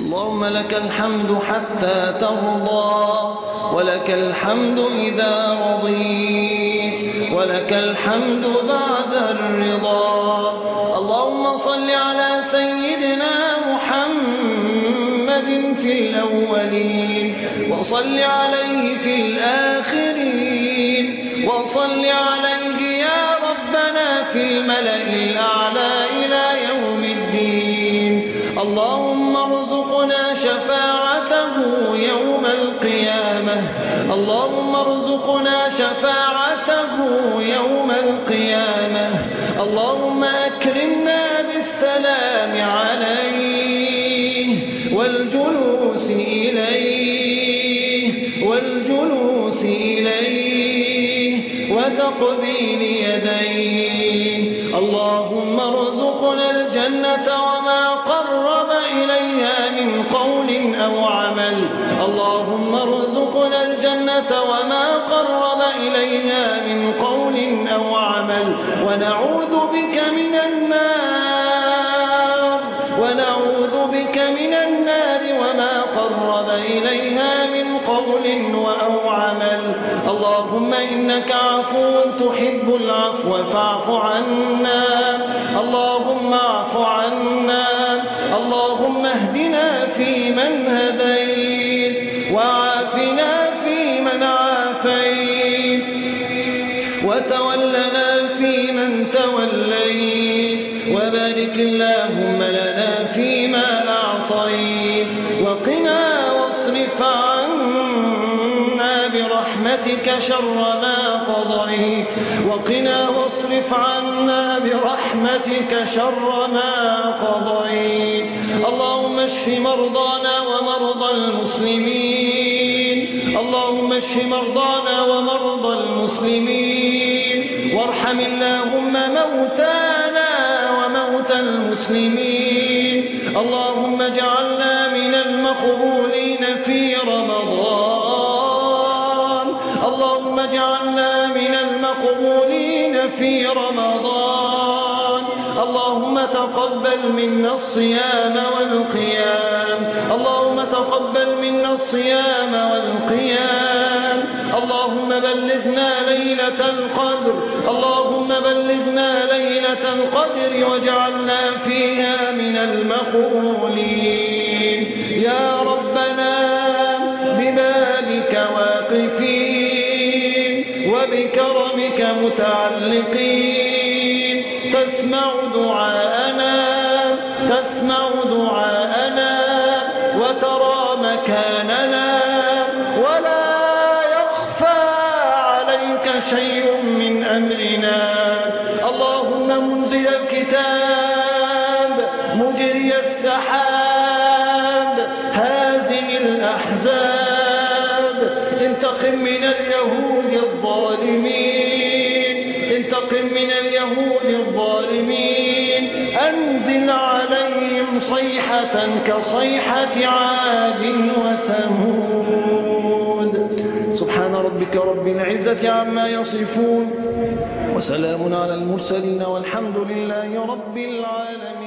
اللهم لك الحمد حتى ترضى، ولك الحمد إذا رضيت، ولك الحمد بعد الرضا. اللهم صل على سيدنا محمد في الأولين، وصل عليه في الآخرين، وصل عليه يا ربنا في الملأ الأعلى إلى يوم الدين. اللهم ارزقنا شفاعته يوم القيامة، اللهم ارزقنا شفاعته يوم القيامة. اللهم أكرمنا بالسلام عليه والجلوس إليه وتقبيل يديه. اللهم ارزقنا الجنة وما قرب إليها من قول أو عمل. اللهم ارزقنا الجنة وما قرب إليها من قول أو عمل، ونعوذ بك من النار، وما قرب إليها من قول أو عمل. اللهم إنك عفو تحب العفو فاعف عنا، اللهم اعف عنا. اللهم اهدنا فيمن هديت، وعافنا فيمن عافيت، وتولنا فيمن توليت، وبارك اللهم لنا فيما أعطيت، وقنا واصرف عنا برحمتك شر ما قضيت، وقنا واصرف عنا برحمتك شر ما قضيت. اللهم اشف مرضانا ومرضى المسلمين، اللهم اشف مرضانا ومرضى المسلمين، وارحم اللهم موتانا وموتى المسلمين. اللهم اجعلنا من المقبولين في رمضان، اللهم اجعلنا من المقبولين في رمضان. اللهم تقبل منا الصيام والقيام، اللهم تقبل منا الصيام والقيام. اللهم بلغنا ليلة القدر، اللهم بلغنا ليلة القدر واجعلنا فيها من المقبولين. يا ربنا ببابك واقفين، وبكرمك متعلقين، تسمع دعاءنا وترى مكاننا، ولا يخفى عليك شيء من أمرنا. اللهم منزل الكتاب، مجري السحاب، هازم الأحزاب، انتقم من اليهود الظالمين، انتقم من اليهود الظالمين. أنزل عليهم صيحة كصيحة عاد وثمود. سبحان ربك رب العزة عما يصفون، وسلام على المرسلين، والحمد لله رب العالمين.